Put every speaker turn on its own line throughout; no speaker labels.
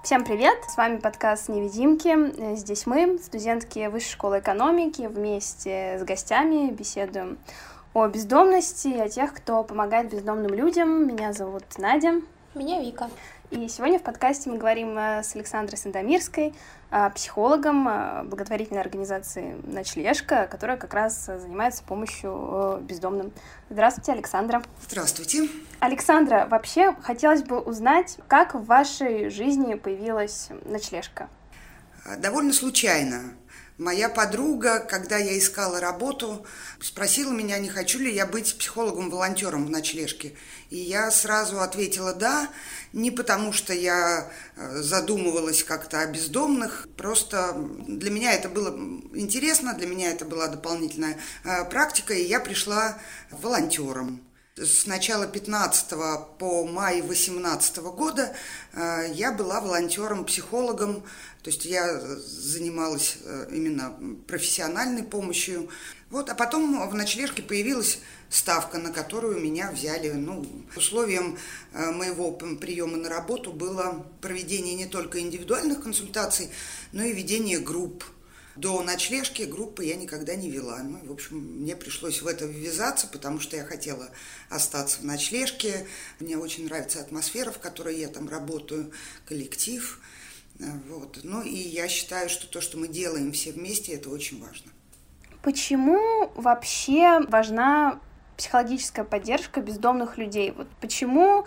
Всем привет! С вами подкаст «Невидимки». Здесь мы, студентки Высшей школы экономики, вместе с гостями беседуем о бездомности и о тех, кто помогает бездомным людям. Меня зовут Надя.
Меня Вика.
И сегодня в подкасте мы говорим с Александрой Сандомирской, психологом благотворительной организации «Ночлежка», которая как раз занимается помощью бездомным. Здравствуйте, Александра.
Здравствуйте.
Александра, вообще хотелось бы узнать, как в вашей жизни появилась «Ночлежка»?
Довольно случайно. Моя подруга, когда я искала работу, спросила меня, не хочу ли я быть психологом-волонтером в ночлежке. И я сразу ответила «да», не потому что я задумывалась как-то о бездомных, просто для меня это было интересно, для меня это была дополнительная практика, и я пришла волонтером. С начала 15 по май 18 года я была волонтером-психологом, то есть я занималась именно профессиональной помощью. А потом в ночлежке появилась ставка, на которую меня взяли. Условием моего приема на работу было проведение не только индивидуальных консультаций, но и ведение групп. До ночлежки группы я никогда не вела. Мне пришлось в это ввязаться, потому что я хотела остаться в ночлежке. Мне очень нравится атмосфера, в которой я там работаю, коллектив. И я считаю, что то, что мы делаем все вместе, это очень важно.
Почему вообще важна психологическая поддержка бездомных людей? Почему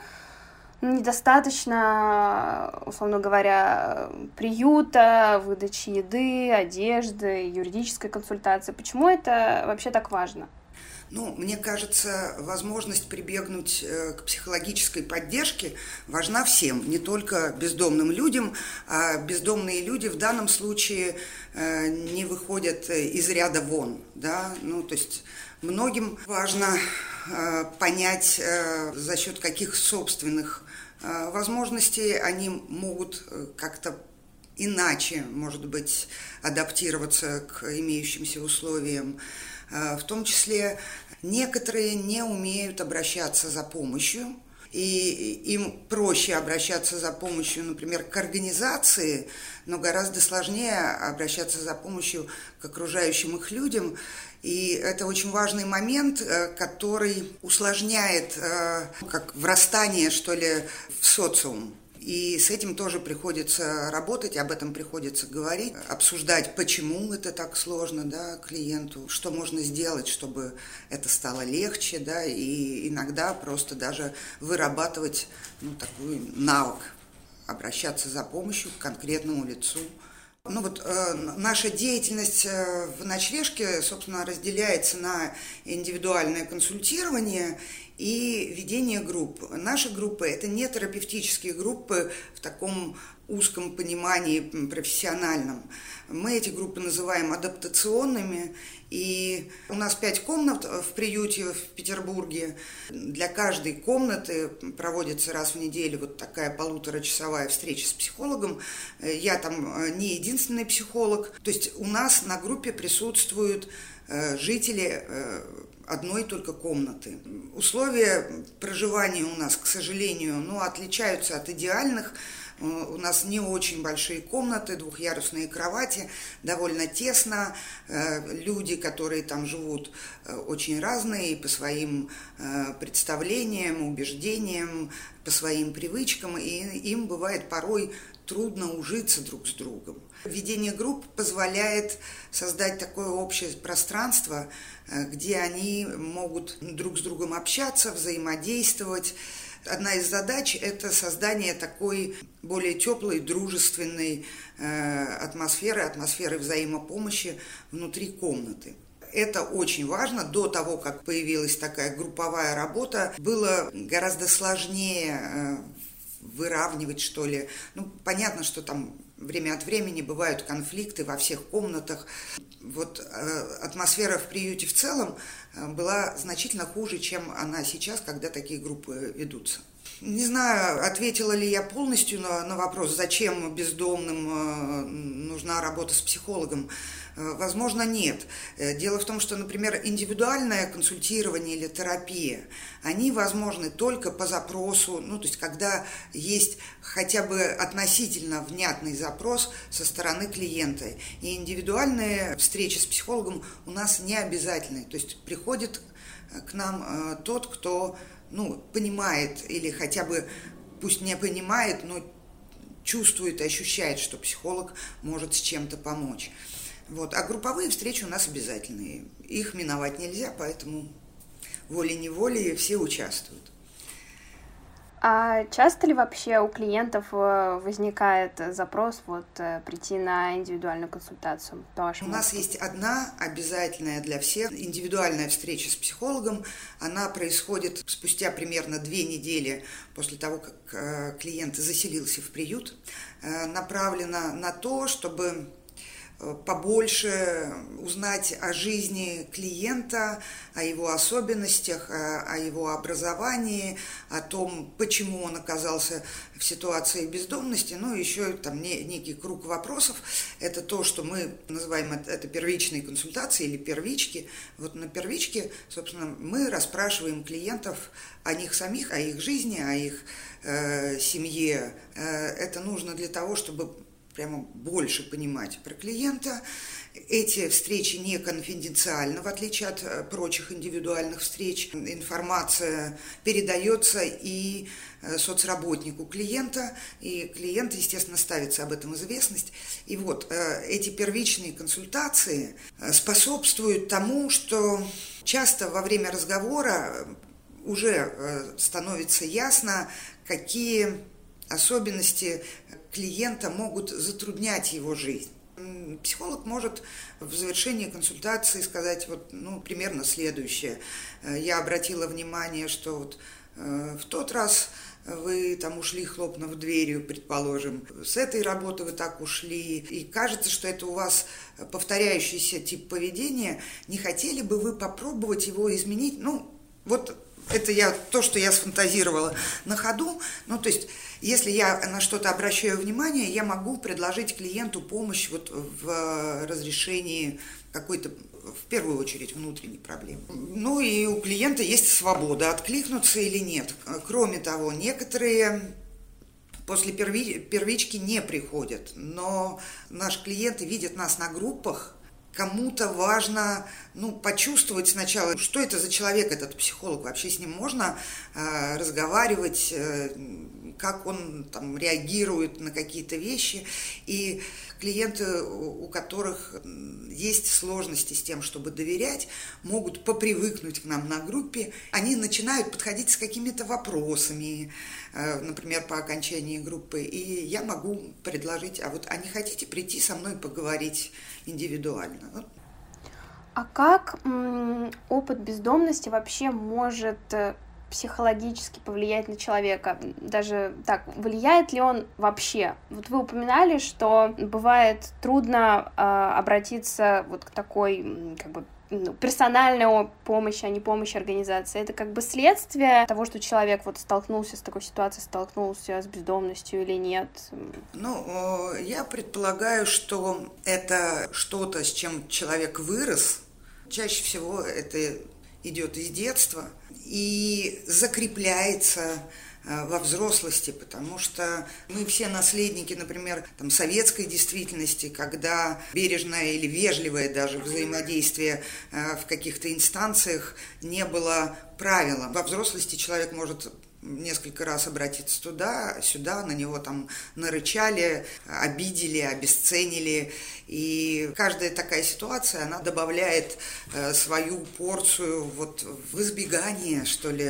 недостаточно, условно говоря, приюта, выдачи еды, одежды, юридической консультации? Почему это вообще так важно?
Мне кажется, возможность прибегнуть к психологической поддержке важна всем, не только бездомным людям, а бездомные люди в данном случае не выходят из ряда вон, да, то есть многим важно понять, за счет каких собственных возможностей они могут как-то иначе, может быть, адаптироваться к имеющимся условиям. В том числе некоторые не умеют обращаться за помощью, и им проще обращаться за помощью, например, к организации, но гораздо сложнее обращаться за помощью к окружающим их людям. И это очень важный момент, который усложняет как врастание, что ли, в социум. И с этим тоже приходится работать, об этом приходится говорить, обсуждать, почему это так сложно, да, клиенту, что можно сделать, чтобы это стало легче, да, и иногда просто даже вырабатывать такой навык, обращаться за помощью к конкретному лицу. Наша деятельность в ночлежке, собственно, разделяется на индивидуальное консультирование и ведение групп. Наши группы – это не терапевтические группы в таком узком понимании профессиональном. Мы эти группы называем адаптационными, и у нас 5 комнат в приюте в Петербурге. Для каждой комнаты проводится раз в неделю такая 1,5-часовая встреча с психологом. Я там не единственный психолог. То есть у нас на группе присутствуют жители одной только комнаты. Условия проживания у нас, к сожалению, отличаются от идеальных. У нас не очень большие комнаты, двухъярусные кровати, довольно тесно. Люди, которые там живут, очень разные по своим представлениям, убеждениям, по своим привычкам, и им бывает порой трудно ужиться друг с другом. Ведение групп позволяет создать такое общее пространство, где они могут друг с другом общаться, взаимодействовать. Одна из задач – это создание такой более теплой, дружественной атмосферы взаимопомощи внутри комнаты. Это очень важно. До того, как появилась такая групповая работа, было гораздо сложнее выравнивать, что ли. Понятно, что там время от времени бывают конфликты во всех комнатах. Атмосфера в приюте в целом была значительно хуже, чем она сейчас, когда такие группы ведутся. Не знаю, ответила ли я полностью на вопрос, зачем бездомным нужна работа с психологом. Возможно, нет. Дело в том, что, например, индивидуальное консультирование или терапия, они возможны только по запросу, то есть когда есть хотя бы относительно внятный запрос со стороны клиента. И индивидуальные встречи с психологом у нас не обязательны. То есть приходит к нам тот, кто понимает или хотя бы, пусть не понимает, но чувствует и ощущает, что психолог может с чем-то помочь. А групповые встречи у нас обязательные. Их миновать нельзя, поэтому волей-неволей все участвуют.
А часто ли вообще у клиентов возникает запрос прийти на индивидуальную консультацию?
У нас есть одна обязательная для всех индивидуальная встреча с психологом. Она происходит спустя примерно 2 недели после того, как клиент заселился в приют. Направлена на то, чтобы побольше узнать о жизни клиента, о его особенностях, о его образовании, о том, почему он оказался в ситуации бездомности, еще там некий круг вопросов. Это то, что мы называем это первичные консультации или первички. На первичке, собственно, мы расспрашиваем клиентов о них самих, о их жизни, о их семье. Это нужно для того, чтобы прямо больше понимать про клиента. Эти встречи не конфиденциальны, в отличие от прочих индивидуальных встреч. Информация передается и соцработнику клиента, и клиент, естественно, ставится об этом известность. И эти первичные консультации способствуют тому, что часто во время разговора уже становится ясно, какие особенности клиента могут затруднять его жизнь. Психолог может в завершении консультации сказать примерно следующее. Я обратила внимание, что в тот раз вы там ушли, хлопнув дверью, предположим, с этой работы вы так ушли, и кажется, что это у вас повторяющийся тип поведения. Не хотели бы вы попробовать его изменить? Это то, что я сфантазировала на ходу. То есть, если я на что-то обращаю внимание, я могу предложить клиенту помощь в разрешении какой-то, в первую очередь, внутренней проблемы. И у клиента есть свобода, откликнуться или нет. Кроме того, некоторые после первички не приходят, но наши клиенты видят нас на группах. Кому-то важно почувствовать сначала, что это за человек, этот психолог, вообще с ним можно разговаривать, как он там реагирует на какие-то вещи. И клиенты, у которых есть сложности с тем, чтобы доверять, могут попривыкнуть к нам на группе. Они начинают подходить с какими-то вопросами, например, по окончании группы. И я могу предложить, а не хотите прийти со мной поговорить индивидуально?
А как опыт бездомности вообще может психологически повлиять на человека? Даже так, влияет ли он вообще? Вы упоминали, что бывает трудно обратиться к такой персональной помощи, а не помощи организации. Это следствие того, что человек столкнулся с такой ситуацией, столкнулся с бездомностью или нет?
Я предполагаю, что это что-то, с чем человек вырос. Чаще всего это идет из детства и закрепляется во взрослости, потому что мы все наследники, например, советской действительности, когда бережное или вежливое даже взаимодействие в каких-то инстанциях не было правилом. Во взрослости человек может несколько раз обратиться туда-сюда, на него нарычали, обидели, обесценили. И каждая такая ситуация, она добавляет свою порцию в избегание,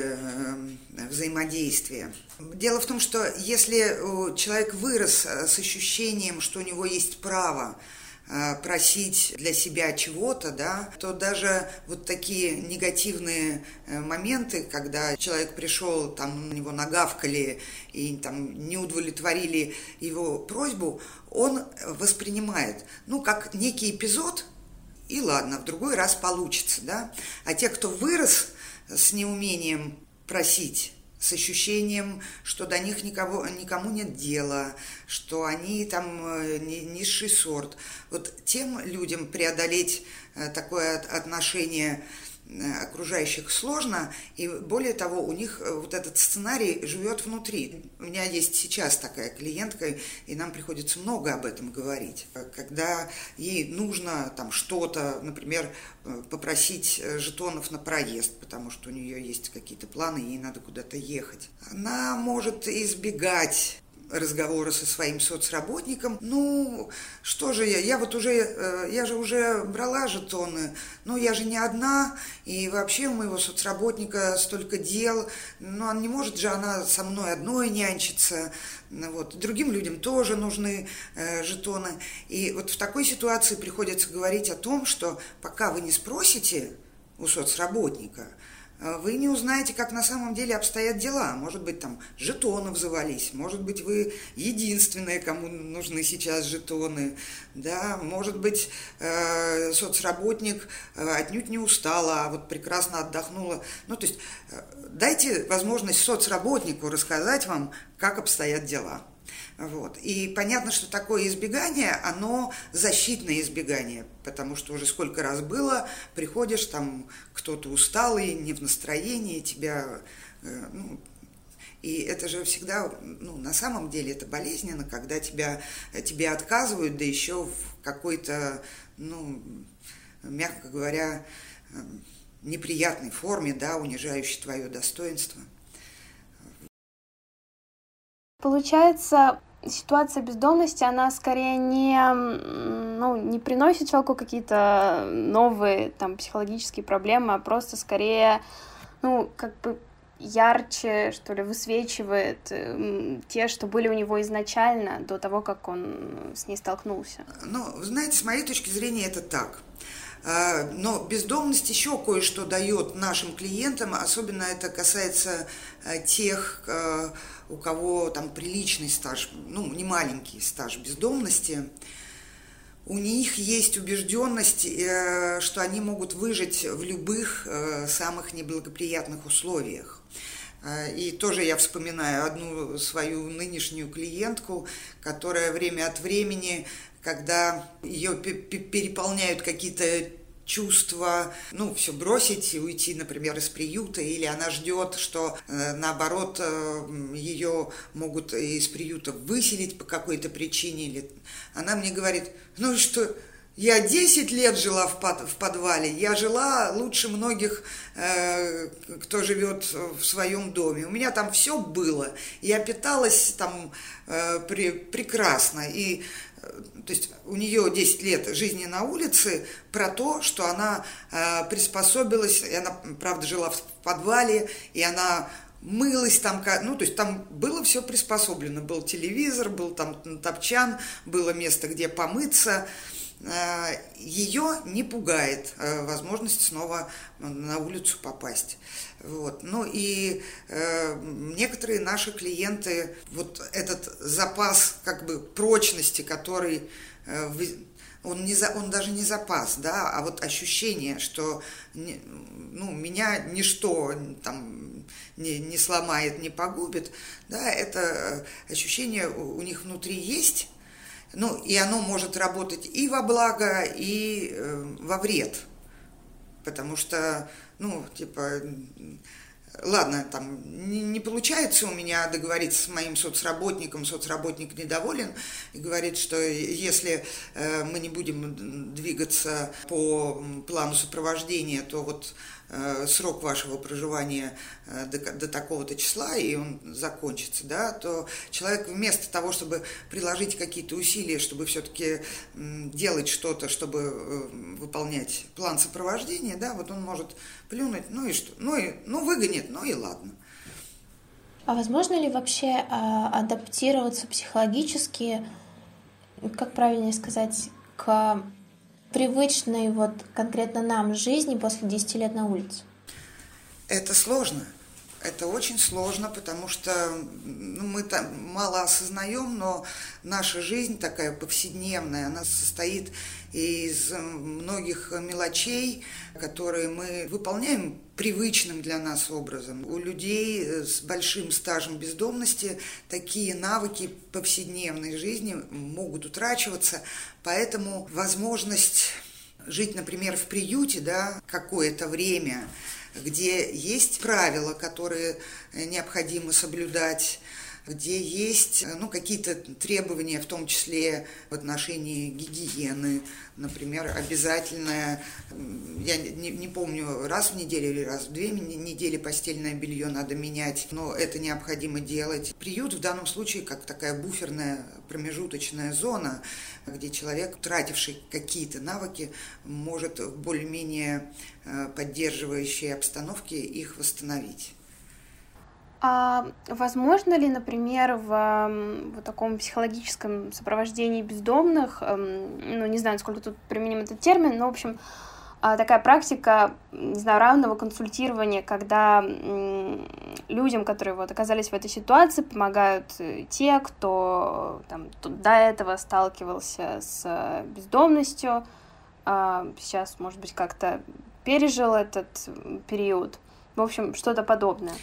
взаимодействия. Дело в том, что если человек вырос с ощущением, что у него есть право просить для себя чего-то, то даже такие негативные моменты, когда человек пришел, на него нагавкали и не удовлетворили его просьбу, он воспринимает, как некий эпизод, и ладно, в другой раз получится, А те, кто вырос с неумением просить, с ощущением, что до них никому нет дела, что они там низший сорт. Вот тем людям преодолеть такое отношение окружающих сложно, и более того, у них вот этот сценарий живет внутри. У меня есть сейчас такая клиентка, и нам приходится много об этом говорить. Когда ей нужно там что-то, например, попросить жетонов на проезд, потому что у нее есть какие-то планы, ей надо куда-то ехать. Она может избегать разговора со своим соцработником. Ну, что же я же уже брала жетоны, но я же не одна, и вообще у моего соцработника столько дел, но не может же она со мной одной нянчиться, вот. Другим людям тоже нужны жетоны. И вот в такой ситуации приходится говорить о том, что пока вы не спросите у соцработника, вы не узнаете, как на самом деле обстоят дела. Может быть, там жетоны взывались, может быть, вы единственные, кому нужны сейчас жетоны, да, может быть, соцработник отнюдь не устала, а вот прекрасно отдохнула. Ну, то есть дайте возможность соцработнику рассказать вам, как обстоят дела. Вот. И понятно, что такое избегание, оно защитное избегание, потому что уже сколько раз было, приходишь, там кто-то усталый, не в настроении, тебя... и это же всегда, на самом деле это болезненно, когда тебе отказывают, да еще в какой-то, мягко говоря, неприятной форме, да, унижающей твое достоинство.
Получается, ситуация бездомности, она скорее не приносит человеку какие-то новые там психологические проблемы, а просто скорее, ярче, что ли, высвечивает те, что были у него изначально, до того, как он с ней столкнулся.
Вы знаете, с моей точки зрения, это так. Но бездомность еще кое-что дает нашим клиентам, особенно это касается тех, у кого там приличный стаж, не маленький стаж бездомности. У них есть убежденность, что они могут выжить в любых самых неблагоприятных условиях. И тоже я вспоминаю одну свою нынешнюю клиентку, которая время от времени, когда ее переполняют какие-то чувства, все бросить и уйти, например, из приюта, или она ждет, что, наоборот, ее могут из приюта выселить по какой-то причине, или она мне говорит, что я 10 лет жила в подвале, я жила лучше многих, кто живет в своем доме. У меня там все было, я питалась там прекрасно. И, то есть у нее 10 лет жизни на улице про то, что она приспособилась, и она, правда, жила в подвале, и она мылась там, то есть там было все приспособлено. Был телевизор, был там топчан, было место, где помыться. Ее не пугает возможность снова на улицу попасть. Вот. И некоторые наши клиенты, вот этот запас прочности, который он даже не запас, да, а вот ощущение, что меня ничто там не сломает, не погубит, да, это ощущение у них внутри есть. И оно может работать и во благо, и во вред. Потому что, ладно, там не получается у меня договориться с моим соцработником, соцработник недоволен и говорит, что если мы не будем двигаться по плану сопровождения, то вот срок вашего проживания до такого-то числа, и он закончится, да, то человек вместо того, чтобы приложить какие-то усилия, чтобы все-таки делать что-то, чтобы выполнять план сопровождения, да, вот он может плюнуть, и что, выгонит, и ладно.
А возможно ли вообще адаптироваться психологически, как правильнее сказать, к привычной конкретно нам жизни после 10 лет на улице?
Это сложно. Это очень сложно, потому что мы там мало осознаем, но наша жизнь такая повседневная, она состоит из многих мелочей, которые мы выполняем привычным для нас образом. У людей с большим стажем бездомности такие навыки повседневной жизни могут утрачиваться, поэтому возможность жить, например, в приюте, да, какое-то время, где есть правила, которые необходимо соблюдать, где есть какие-то требования, в том числе в отношении гигиены, например, обязательное, я не помню, раз в неделю или раз в 2 недели постельное белье надо менять, но это необходимо делать. Приют в данном случае как такая буферная промежуточная зона, где человек, утративший какие-то навыки, может в более-менее поддерживающей обстановке их восстановить.
А возможно ли, например, в таком психологическом сопровождении бездомных, не знаю, насколько тут применим этот термин, но, в общем, такая практика, не знаю, равного консультирования, когда людям, которые вот оказались в этой ситуации, помогают те, кто там до этого сталкивался с бездомностью, сейчас, может быть, как-то пережил этот период, в общем, что-то подобное.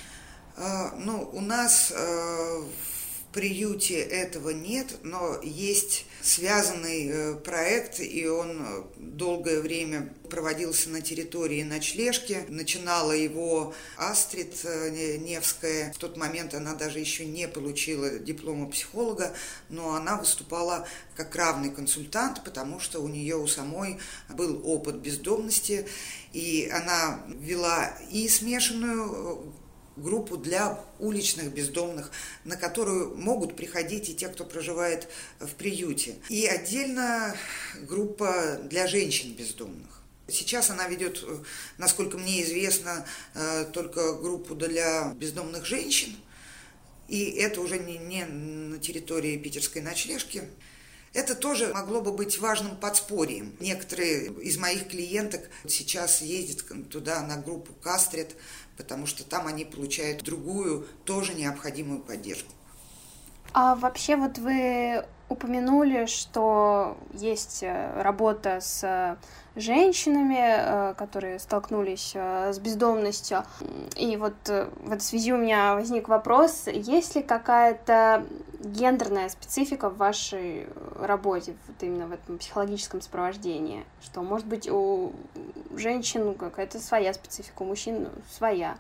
У нас в приюте этого нет, но есть связанный проект, и он долгое время проводился на территории ночлежки. Начинала его Астрид Невская. В тот момент она даже еще не получила диплома психолога, но она выступала как равный консультант, потому что у нее у самой был опыт бездомности, и она вела и смешанную группу для уличных бездомных, на которую могут приходить и те, кто проживает в приюте. И отдельно группа для женщин бездомных. Сейчас она ведет, насколько мне известно, только группу для бездомных женщин. И это уже не на территории питерской ночлежки. Это тоже могло бы быть важным подспорьем. Некоторые из моих клиенток сейчас ездят туда на группу Кастрет, потому что там они получают другую, тоже необходимую поддержку.
А вообще вот вы упомянули, что есть работа с женщинами, которые столкнулись с бездомностью. И вот в этой связи у меня возник вопрос, есть ли какая-то гендерная специфика в вашей работе, вот именно в этом психологическом сопровождении? Что, может быть, у женщин какая-то своя специфика, у мужчин своя?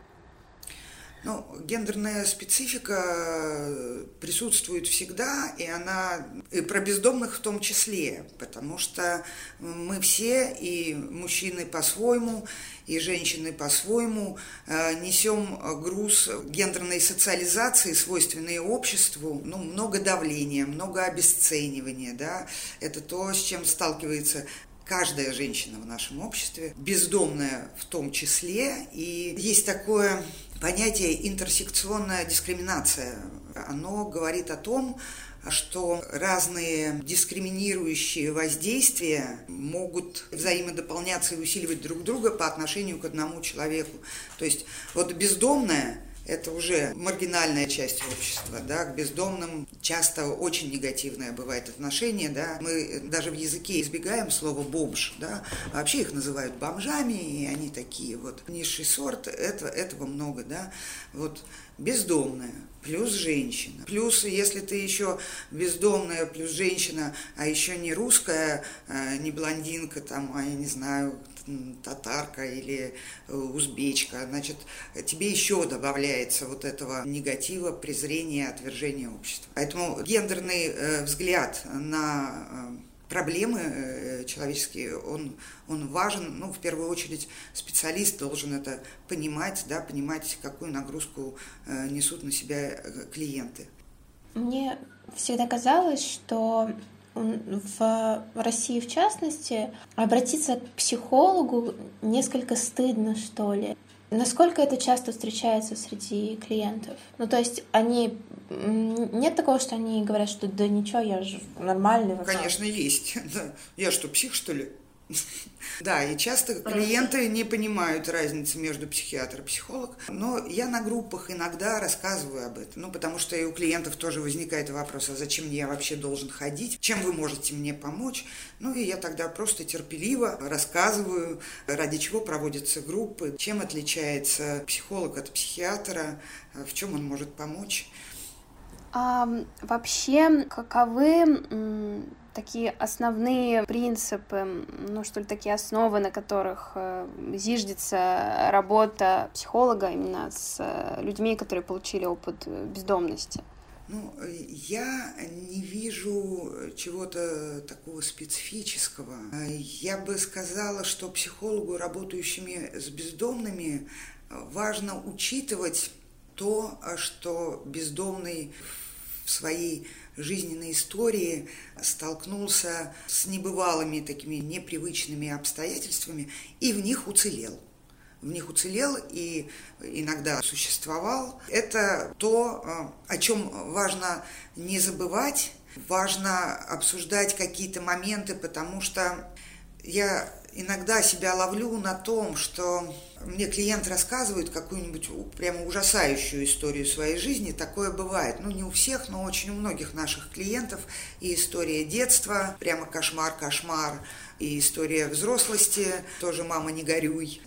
Гендерная специфика присутствует всегда, и она и про бездомных в том числе, потому что мы все, и мужчины по-своему, и женщины по-своему, несем груз гендерной социализации, свойственной обществу, много давления, много обесценивания, да, это то, с чем сталкивается каждая женщина в нашем обществе, бездомная в том числе, и есть такое понятие интерсекционная дискриминация. Оно говорит о том, что разные дискриминирующие воздействия могут взаимодополняться и усиливать друг друга по отношению к одному человеку. То есть вот бездомная – это уже маргинальная часть общества, да, к бездомным часто очень негативное бывает отношение, да, мы даже в языке избегаем слова «бомж», да, вообще их называют бомжами, и они такие вот низший сорт, этого много, да, вот бездомная плюс женщина, плюс если ты еще бездомная плюс женщина, а еще не русская, не блондинка там, а я не знаю, татарка или узбечка, значит, тебе еще добавляется вот этого негатива, презрения, отвержения общества. Поэтому гендерный взгляд на проблемы человеческие, он важен, в первую очередь специалист должен это понимать, да, понимать, какую нагрузку несут на себя клиенты.
Мне всегда казалось, что в России, в частности, обратиться к психологу несколько стыдно, что ли. Насколько это часто встречается среди клиентов? То есть нет такого, что они говорят, что да ничего, я же нормальный.
Конечно, есть. Я что, псих, что ли? Да, и часто клиенты не понимают разницы между психиатр и психолог, но я на группах иногда рассказываю об этом, потому что и у клиентов тоже возникает вопрос, а зачем я вообще должен ходить, чем вы можете мне помочь, и я тогда просто терпеливо рассказываю, ради чего проводятся группы, чем отличается психолог от психиатра, в чем он может помочь.
А вообще, каковы такие основные принципы, что ли, такие основы, на которых зиждется работа психолога именно с людьми, которые получили опыт бездомности?
Я не вижу чего-то такого специфического. Я бы сказала, что психологу, работающими с бездомными, важно учитывать то, что бездомный в своей жизненной истории столкнулся с небывалыми такими непривычными обстоятельствами и в них уцелел. В них уцелел и иногда существовал. Это то, о чем важно не забывать, важно обсуждать какие-то моменты, потому что я иногда себя ловлю на том, что мне клиент рассказывает какую-нибудь прямо ужасающую историю своей жизни. Такое бывает. Не у всех, но очень у многих наших клиентов. И история детства, прямо кошмар. И история взрослости, тоже «мама, не горюй».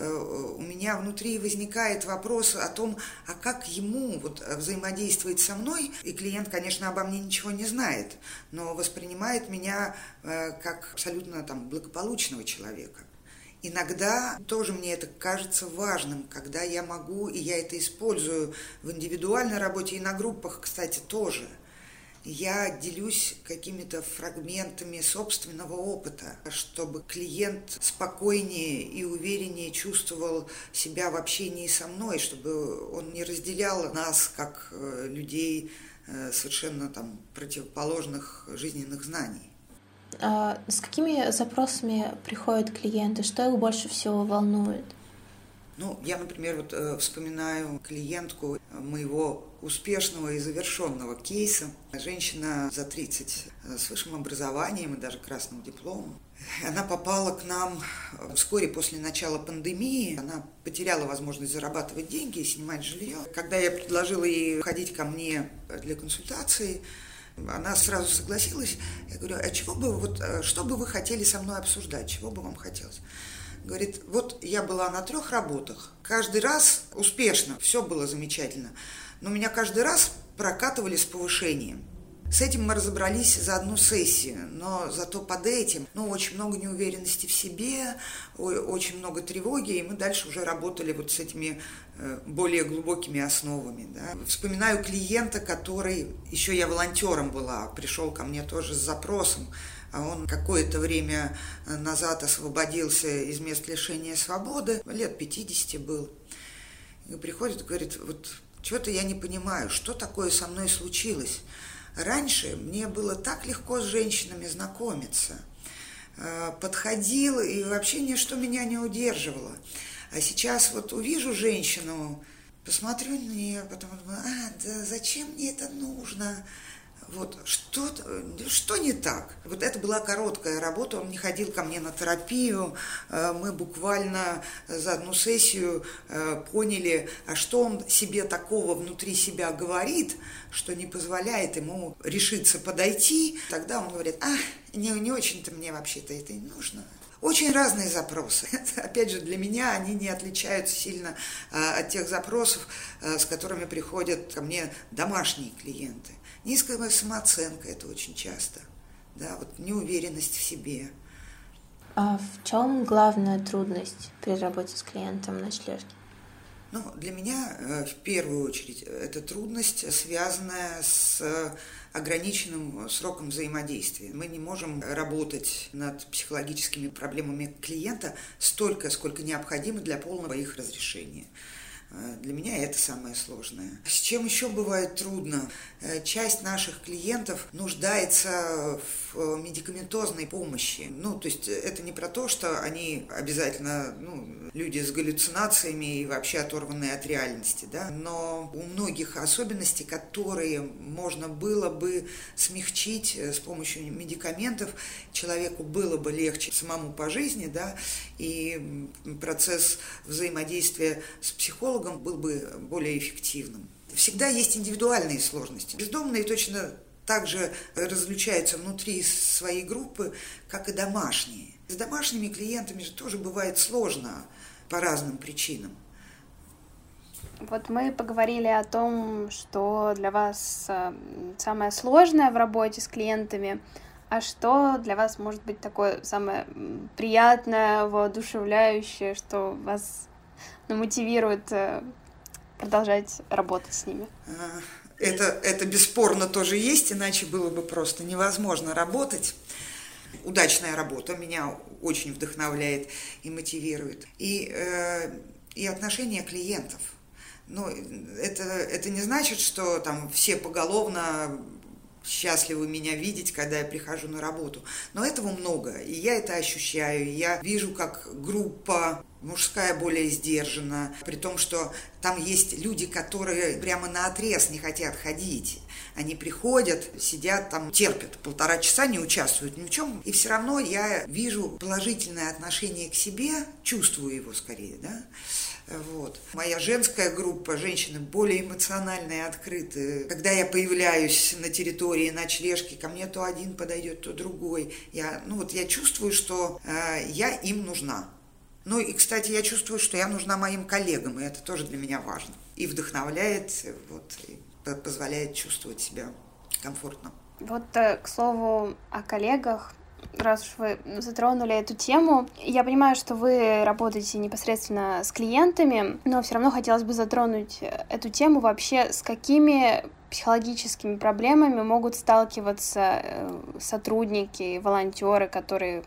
У меня внутри возникает вопрос о том, а как ему взаимодействовать со мной. И клиент, конечно, обо мне ничего не знает, но воспринимает меня как абсолютно благополучного человека. Иногда тоже мне это кажется важным, когда я могу, и я это использую в индивидуальной работе и на группах, кстати, тоже. Я делюсь какими-то фрагментами собственного опыта, чтобы клиент спокойнее и увереннее чувствовал себя в общении со мной, чтобы он не разделял нас как людей совершенно противоположных жизненных знаний.
А с какими запросами приходят клиенты? Что их больше всего волнует?
Я, например, вспоминаю клиентку моего успешного и завершенного кейса. Женщина за 30 с высшим образованием и даже красным дипломом. Она попала к нам вскоре после начала пандемии. Она потеряла возможность зарабатывать деньги и снимать жилье. Когда я предложила ей ходить ко мне для консультации, она сразу согласилась. Я говорю, а что бы вы хотели со мной обсуждать? Чего бы вам хотелось? Говорит, я была на 3 работах, каждый раз успешно, все было замечательно, но меня каждый раз прокатывали с повышением. С этим мы разобрались за одну сессию, но зато под этим, очень много неуверенности в себе, очень много тревоги, и мы дальше уже работали с этими более глубокими основами. Да. Вспоминаю клиента, который, еще я волонтером была, пришел ко мне тоже с запросом. А он какое-то время назад освободился из мест лишения свободы, лет 50 был. И приходит и говорит, чего-то я не понимаю, что такое со мной случилось. Раньше мне было так легко с женщинами знакомиться. Подходил, и вообще ничто меня не удерживало. А сейчас увижу женщину, посмотрю на нее, потом думаю, да зачем мне это нужно? Что не так? Это была короткая работа, он не ходил ко мне на терапию, мы буквально за одну сессию поняли, а что он себе такого внутри себя говорит, что не позволяет ему решиться подойти. Тогда он говорит, не очень-то мне вообще-то это и нужно. Очень разные запросы. Опять же, для меня они не отличаются сильно от тех запросов, с которыми приходят ко мне домашние клиенты. Низкая самооценка – это очень часто, неуверенность в себе.
А в чем главная трудность при работе с клиентом ночлежки?
Для меня в первую очередь это трудность, связанная с ограниченным сроком взаимодействия. Мы не можем работать над психологическими проблемами клиента столько, сколько необходимо для полного их разрешения. Для меня это самое сложное. С чем еще бывает трудно? Часть наших клиентов нуждается в медикаментозной помощи. То есть это не про то, что они обязательно люди с галлюцинациями и вообще оторванные от реальности, да? Но у многих особенностей, которые можно было бы смягчить с помощью медикаментов, человеку было бы легче самому по жизни, да, и процесс взаимодействия с психологом был бы более эффективным. Всегда есть индивидуальные сложности. Бездомные точно так же различаются внутри своей группы, как и домашние. С домашними клиентами же тоже бывает сложно по разным причинам.
Вот мы поговорили о том, что для вас самое сложное в работе с клиентами, а что для вас может быть такое самое приятное, воодушевляющее, что вас мотивирует продолжать работать с ними?
Это бесспорно тоже есть, иначе было бы просто невозможно работать. Удачная работа меня очень вдохновляет и мотивирует. И отношения клиентов. Это не значит, что там все поголовно счастливы меня видеть, когда я прихожу на работу. Но этого много, и я это ощущаю. Я вижу, как группа мужская более сдержана, при том, что там есть люди, которые прямо наотрез не хотят ходить. Они приходят, сидят там, терпят 1,5 часа, не участвуют ни в чем. И все равно я вижу положительное отношение к себе, чувствую его скорее, да. Вот. Моя женская группа, женщины более эмоциональные, открытые. Когда я появляюсь на территории ночлежки, ко мне то один подойдет, то другой. Я чувствую, что я им нужна. И, кстати, я чувствую, что я нужна моим коллегам, и это тоже для меня важно. И вдохновляет, и позволяет чувствовать себя комфортно.
К слову о коллегах, раз уж вы затронули эту тему, я понимаю, что вы работаете непосредственно с клиентами, но все равно хотелось бы затронуть эту тему вообще, с какими психологическими проблемами могут сталкиваться сотрудники, волонтеры, которые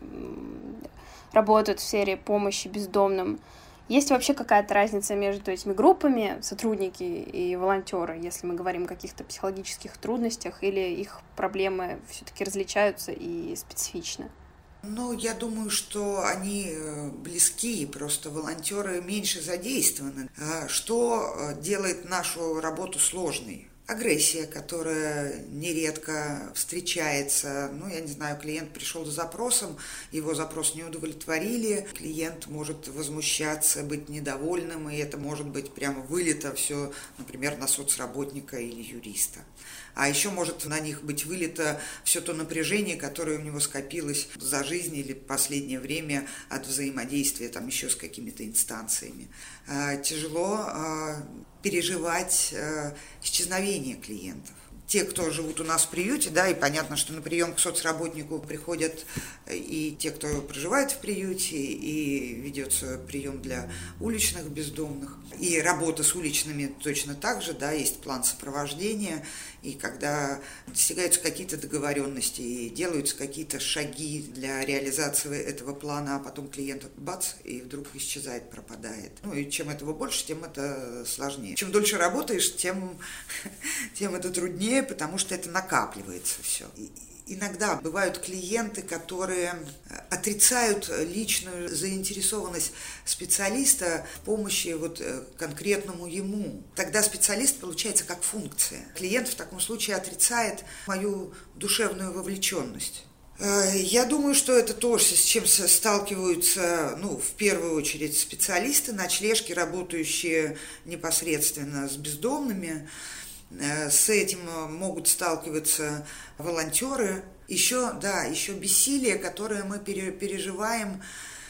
работают в сфере помощи бездомным. Есть вообще какая-то разница между этими группами, сотрудники и волонтеры, если мы говорим о каких-то психологических трудностях, или их проблемы все-таки различаются и специфичны?
Я думаю, что они близки, просто волонтеры меньше задействованы. Что делает нашу работу сложной? Агрессия, которая нередко встречается. Я не знаю, клиент пришел с запросом, его запрос не удовлетворили, клиент может возмущаться, быть недовольным, и это может быть прямо вылито все, например, на соцработника или юриста. А еще может на них быть вылито все то напряжение, которое у него скопилось за жизнь или последнее время от взаимодействия там еще с какими-то инстанциями. Тяжело переживать исчезновение клиентов. Те, кто живут у нас в приюте, да, и понятно, что на прием к соцработнику приходят и те, кто проживает в приюте, и ведется прием для уличных бездомных. И работа с уличными точно так же, да, есть план сопровождения, и когда достигаются какие-то договоренности и делаются какие-то шаги для реализации этого плана, а потом клиент бац, и вдруг исчезает, пропадает. И чем этого больше, тем это сложнее. Чем дольше работаешь, тем это труднее, потому что это накапливается все. Иногда бывают клиенты, которые отрицают личную заинтересованность специалиста в помощи конкретному ему. Тогда специалист получается как функция. Клиент в таком случае отрицает мою душевную вовлеченность. Я думаю, что это то, с чем сталкиваются, в первую очередь специалисты, ночлежки, работающие непосредственно с бездомными. С этим могут сталкиваться волонтеры. Еще бессилие, которое мы переживаем.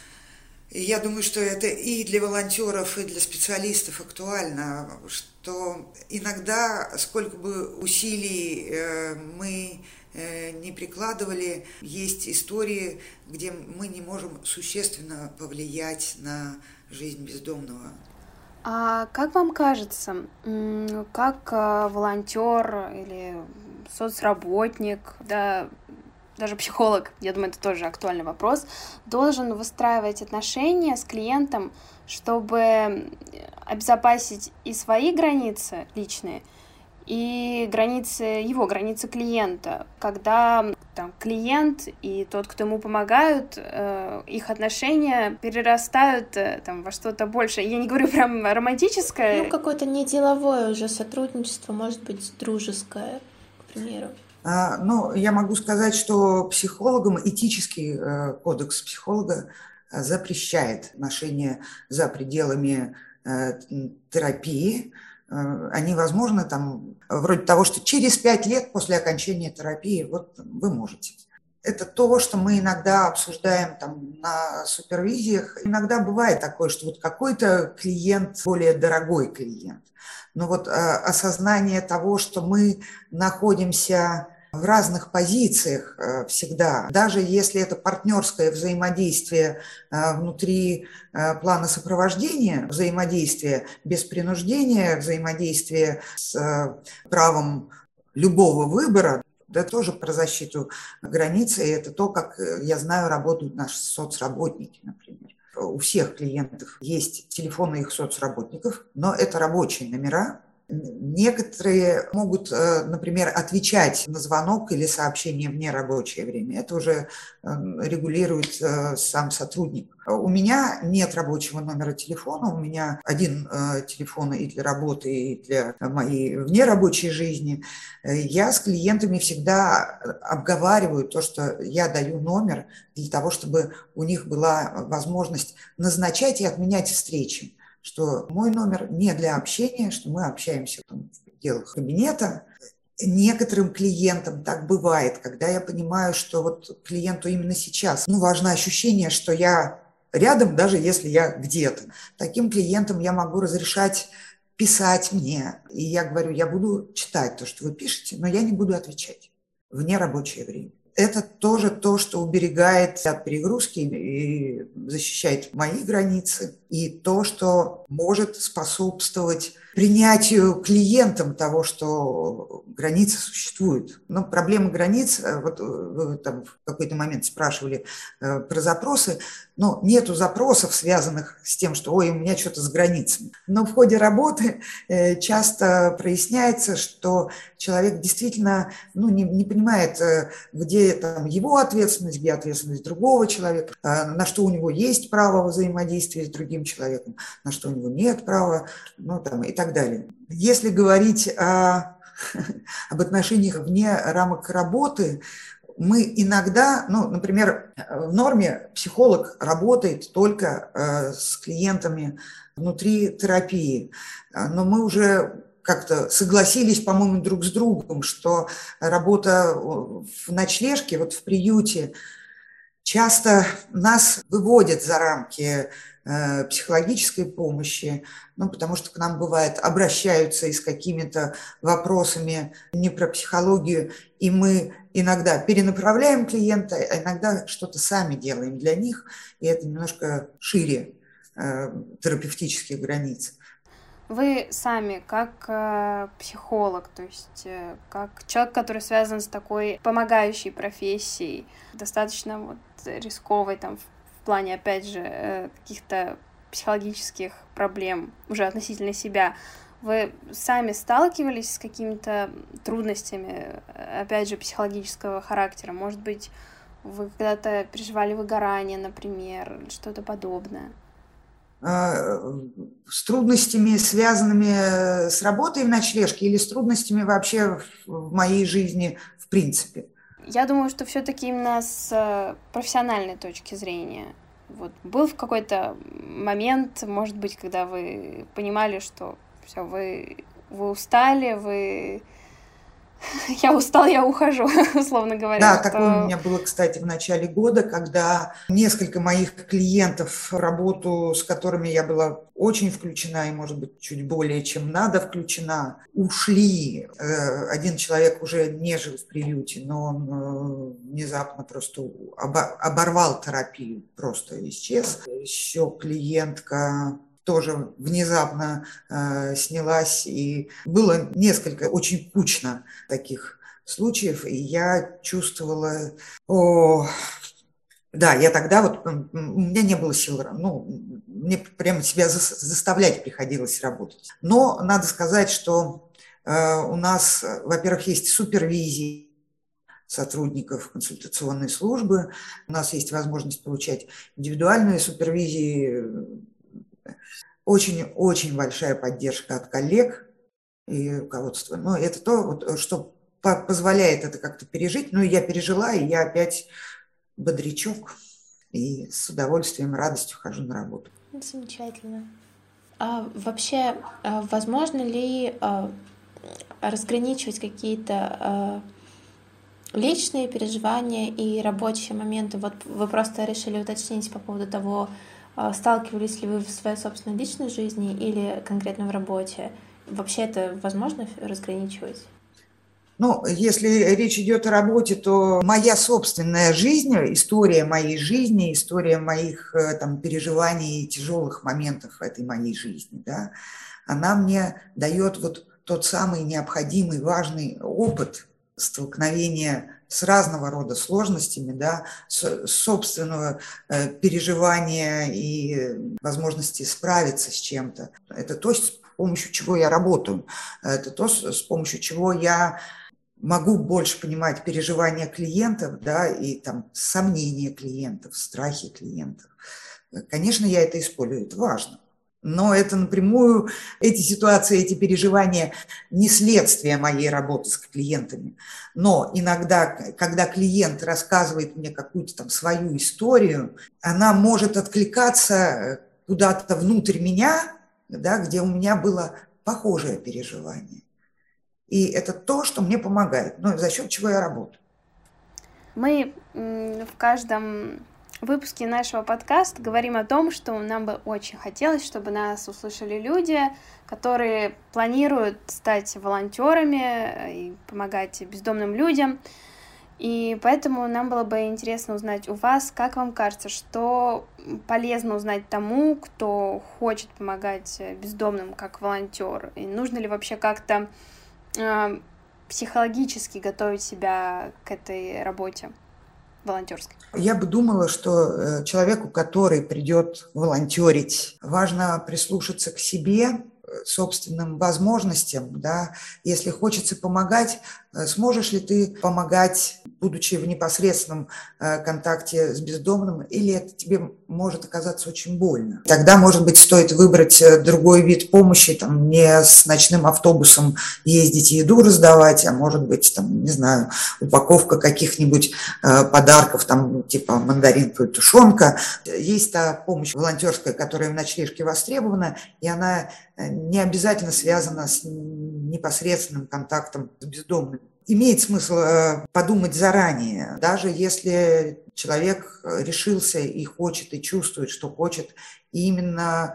Я думаю, что это и для волонтеров, и для специалистов актуально, что иногда, сколько бы усилий мы не прикладывали, есть истории, где мы не можем существенно повлиять на жизнь бездомного.
А как вам кажется, как волонтер или соцработник, да, даже психолог, я думаю, это тоже актуальный вопрос, должен выстраивать отношения с клиентом, чтобы обезопасить и свои границы личные, и его границы клиента. Когда там клиент и тот, кто ему помогают, их отношения перерастают там во что-то большее. Я не говорю прям романтическое.
Какое-то не деловое уже сотрудничество, может быть, дружеское, к примеру.
Я могу сказать, что психологам этический кодекс психолога запрещает отношения за пределами терапии. Они возможны там вроде того, что через 5 лет после окончания терапии вот вы можете. Это то, что мы иногда обсуждаем там на супервизиях. Иногда бывает такое, что вот какой-то клиент более дорогой клиент. Но вот осознание того, что мы находимся в разных позициях всегда, даже если это партнерское взаимодействие внутри плана сопровождения, взаимодействие без принуждения, взаимодействие с правом любого выбора, это тоже про защиту границ, и это то, как, я знаю, работают наши соцработники, например. У всех клиентов есть телефоны их соцработников, но это рабочие номера. Некоторые могут, например, отвечать на звонок или сообщение в нерабочее время. Это уже регулирует сам сотрудник. У меня нет рабочего номера телефона, у меня один телефон и для работы, и для моей внерабочей жизни. Я с клиентами всегда обговариваю то, что я даю номер для того, чтобы у них была возможность назначать и отменять встречи. Что мой номер не для общения, что мы общаемся там в пределах кабинета. Некоторым клиентам так бывает, когда я понимаю, что вот клиенту именно сейчас важно ощущение, что я рядом, даже если я где-то. Таким клиентам я могу разрешать писать мне. И я говорю, я буду читать то, что вы пишете, но я не буду отвечать в нерабочее время. Это тоже то, что уберегает от перегрузки и защищает мои границы, и то, что может способствовать принятию клиентам того, что границы существуют. Но проблема границ, вот вы там в какой-то момент спрашивали про запросы, но нету запросов, связанных с тем, что «ой, у меня что-то с границами». Но в ходе работы часто проясняется, что человек действительно не понимает, где там его ответственность, где ответственность другого человека, на что у него есть право взаимодействия с другим человеком, на что у него нет права, и так далее. Если говорить об отношениях вне рамок работы, мы иногда, например, в норме психолог работает только с клиентами внутри терапии, но мы уже как-то согласились, по-моему, друг с другом, что работа в ночлежке, вот в приюте, часто нас выводит за рамки психологической помощи, потому что к нам, бывает, обращаются и с какими-то вопросами не про психологию, и мы иногда перенаправляем клиента, а иногда что-то сами делаем для них, и это немножко шире терапевтических границ.
Вы сами, как психолог, то есть как человек, который связан с такой помогающей профессией, достаточно рисковой там, в плане, опять же, каких-то психологических проблем уже относительно себя, вы сами сталкивались с какими-то трудностями, опять же, психологического характера? Может быть, вы когда-то переживали выгорание, например, что-то подобное?
С трудностями, связанными с работой в ночлежке, или с трудностями вообще в моей жизни в принципе?
Я думаю, что все-таки именно с профессиональной точки зрения. Был в какой-то момент, может быть, когда вы понимали, что все, вы устали, я устал, я ухожу, условно говоря.
Да, такое у меня было, кстати, в начале года, когда несколько моих клиентов, работу с которыми я была очень включена и, может быть, чуть более чем надо включена, ушли. Один человек уже не жил в приюте, но он внезапно просто оборвал терапию, просто исчез. Еще клиентка тоже внезапно снялась, и было несколько очень кучно таких случаев, и я чувствовала, да, я тогда вот, у меня не было сил, мне прямо себя заставлять приходилось работать. Но надо сказать, что у нас, во-первых, есть супервизии сотрудников консультационной службы, у нас есть возможность получать индивидуальные супервизии, очень-очень большая поддержка от коллег и руководства. Но это то, что позволяет это как-то пережить. Ну, и я пережила, и я опять бодрячок, и с удовольствием, радостью хожу на работу.
Замечательно. А вообще, возможно ли разграничивать какие-то личные переживания и рабочие моменты? Вот вы просто решили уточнить по поводу того, сталкивались ли вы в своей собственной личной жизни или конкретно в работе. Вообще это возможно разграничивать?
Ну, если речь идет о работе, то моя собственная жизнь, история моей жизни, история моих переживаний и тяжелых моментов в этой моей жизни, да, она мне дает вот тот самый необходимый, важный опыт столкновения с разного рода сложностями, да, собственного переживания и возможности справиться с чем-то. Это то, с помощью чего я работаю, это то, с помощью чего я могу больше понимать переживания клиентов, да, и сомнения клиентов, страхи клиентов. Конечно, я это использую, это важно. Но это напрямую, эти ситуации, эти переживания не следствие моей работы с клиентами. Но иногда, когда клиент рассказывает мне какую-то свою историю, она может откликаться куда-то внутрь меня, да, где у меня было похожее переживание. И это то, что мне помогает, за счет чего я работаю.
Мы в каждом выпуске нашего подкаста говорим о том, что нам бы очень хотелось, чтобы нас услышали люди, которые планируют стать волонтерами и помогать бездомным людям. И поэтому нам было бы интересно узнать у вас, как вам кажется, что полезно узнать тому, кто хочет помогать бездомным как волонтер, и нужно ли вообще как-то психологически готовить себя к этой работе волонтерской?
Я бы думала, что человеку, который придет волонтерить, важно прислушаться к себе, собственным возможностям, да, если хочется помогать, сможешь ли ты помогать, будучи в непосредственном контакте с бездомным, или это тебе может оказаться очень больно. Тогда, может быть, стоит выбрать другой вид помощи, не с ночным автобусом ездить и еду раздавать, а может быть, не знаю, упаковка каких-нибудь подарков, типа мандаринка и тушенка. Есть та помощь волонтерская, которая в ночлежке востребована, и она не обязательно связана с непосредственным контактом с бездомными. Имеет смысл подумать заранее, даже если человек решился и хочет, и чувствует, что хочет именно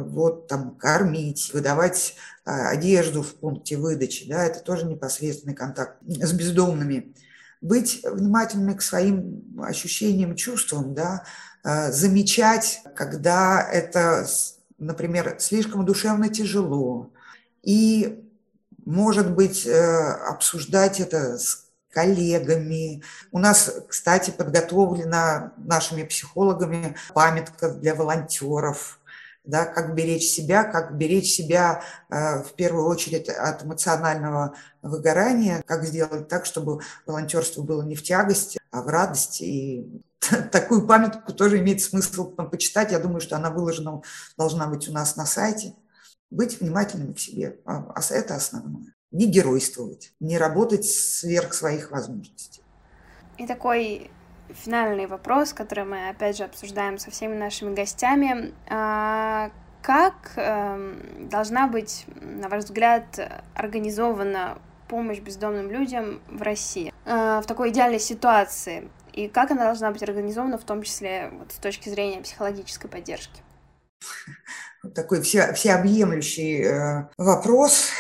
кормить, выдавать одежду в пункте выдачи, да, это тоже непосредственный контакт с бездомными. Быть внимательными к своим ощущениям, чувствам, да, замечать, когда это, например, слишком душевно тяжело, и, может быть, обсуждать это с коллегами. У нас, кстати, подготовлена нашими психологами памятка для волонтеров, да, как беречь себя в первую очередь от эмоционального выгорания, как сделать так, чтобы волонтерство было не в тягость, а в радость. И такую памятку тоже имеет смысл почитать. Я думаю, что она выложена должна быть у нас на сайте. Быть внимательным к себе, это основное. Не геройствовать, не работать сверх своих возможностей.
И такой финальный вопрос, который мы, опять же, обсуждаем со всеми нашими гостями. Как должна быть, на ваш взгляд, организована помощь бездомным людям в России в такой идеальной ситуации? И как она должна быть организована, в том числе с точки зрения психологической поддержки?
Такой всеобъемлющий вопрос.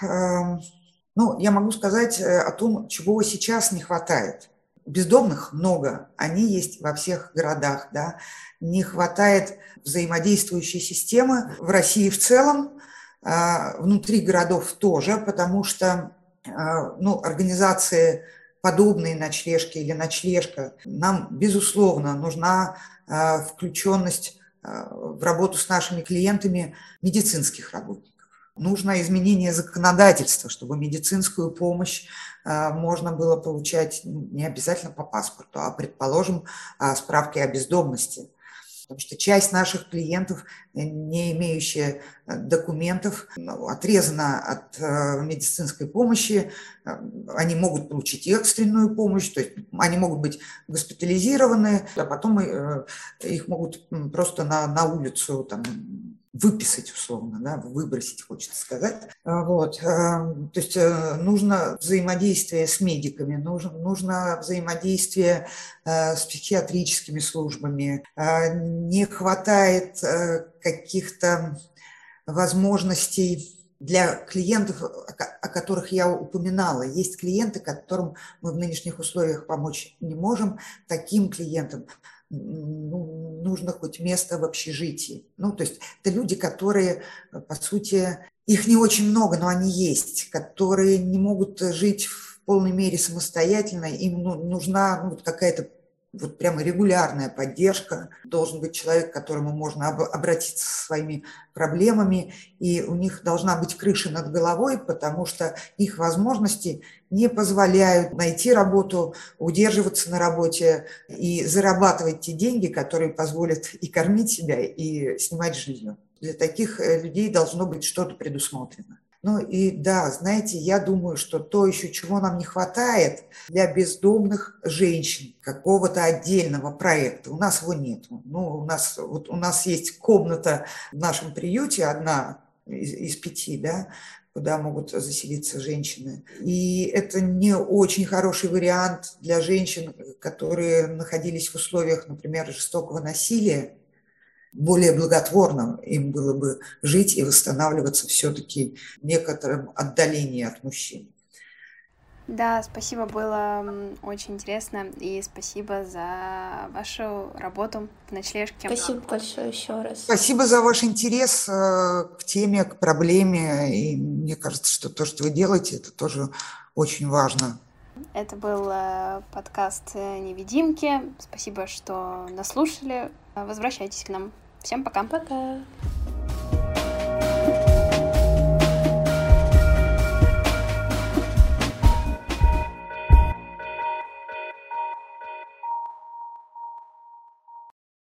Я могу сказать о том, чего сейчас не хватает. Бездомных много, они есть во всех городах, да. Не хватает взаимодействующей системы в России в целом, внутри городов тоже, потому что
организации подобные ночлежки или ночлежка, нам, безусловно, нужна включенность в работу с нашими клиентами медицинских работников. Нужно изменение законодательства, чтобы медицинскую помощь можно было получать не обязательно по паспорту, а, предположим, справкой о бездомности. Потому что часть наших клиентов, не имеющие документов, отрезана от медицинской помощи. Они могут получить экстренную помощь, то есть они могут быть госпитализированы, а потом их могут просто на улицу там выписать условно, да, выбросить, хочется сказать. То есть нужно взаимодействие с медиками, нужно взаимодействие с психиатрическими службами. Не хватает каких-то возможностей для клиентов, о которых я упоминала. Есть клиенты, которым мы в нынешних условиях помочь не можем. Таким клиентам нужно хоть место в общежитии. То есть это люди, которые, по сути, их не очень много, но они есть, которые не могут жить в полной мере самостоятельно, им нужна какая-то прямо регулярная поддержка. Должен быть человек, к которому можно обратиться со своими проблемами, и у них должна быть крыша над головой, потому что их возможности не позволяют найти работу, удерживаться на работе и зарабатывать те деньги, которые позволят и кормить себя, и снимать жилье. Для таких людей должно быть что-то предусмотрено. Знаете, я думаю, что то еще, чего нам не хватает для бездомных женщин, какого-то отдельного проекта. У нас его нет. У нас есть комната в нашем приюте, одна из 5, да, куда могут заселиться женщины. И это не очень хороший вариант для женщин, которые находились в условиях, например, жестокого насилия. Более благотворно им было бы жить и восстанавливаться все-таки в некотором отдалении от мужчин.
Да, спасибо, было очень интересно, и спасибо за вашу работу в ночлежке.
Спасибо большое еще раз.
Спасибо за ваш интерес к теме, к проблеме, и мне кажется, что то, что вы делаете, это тоже очень важно.
Это был подкаст «Невидимки». Спасибо, что нас слушали. Возвращайтесь к нам. Всем пока.
Пока.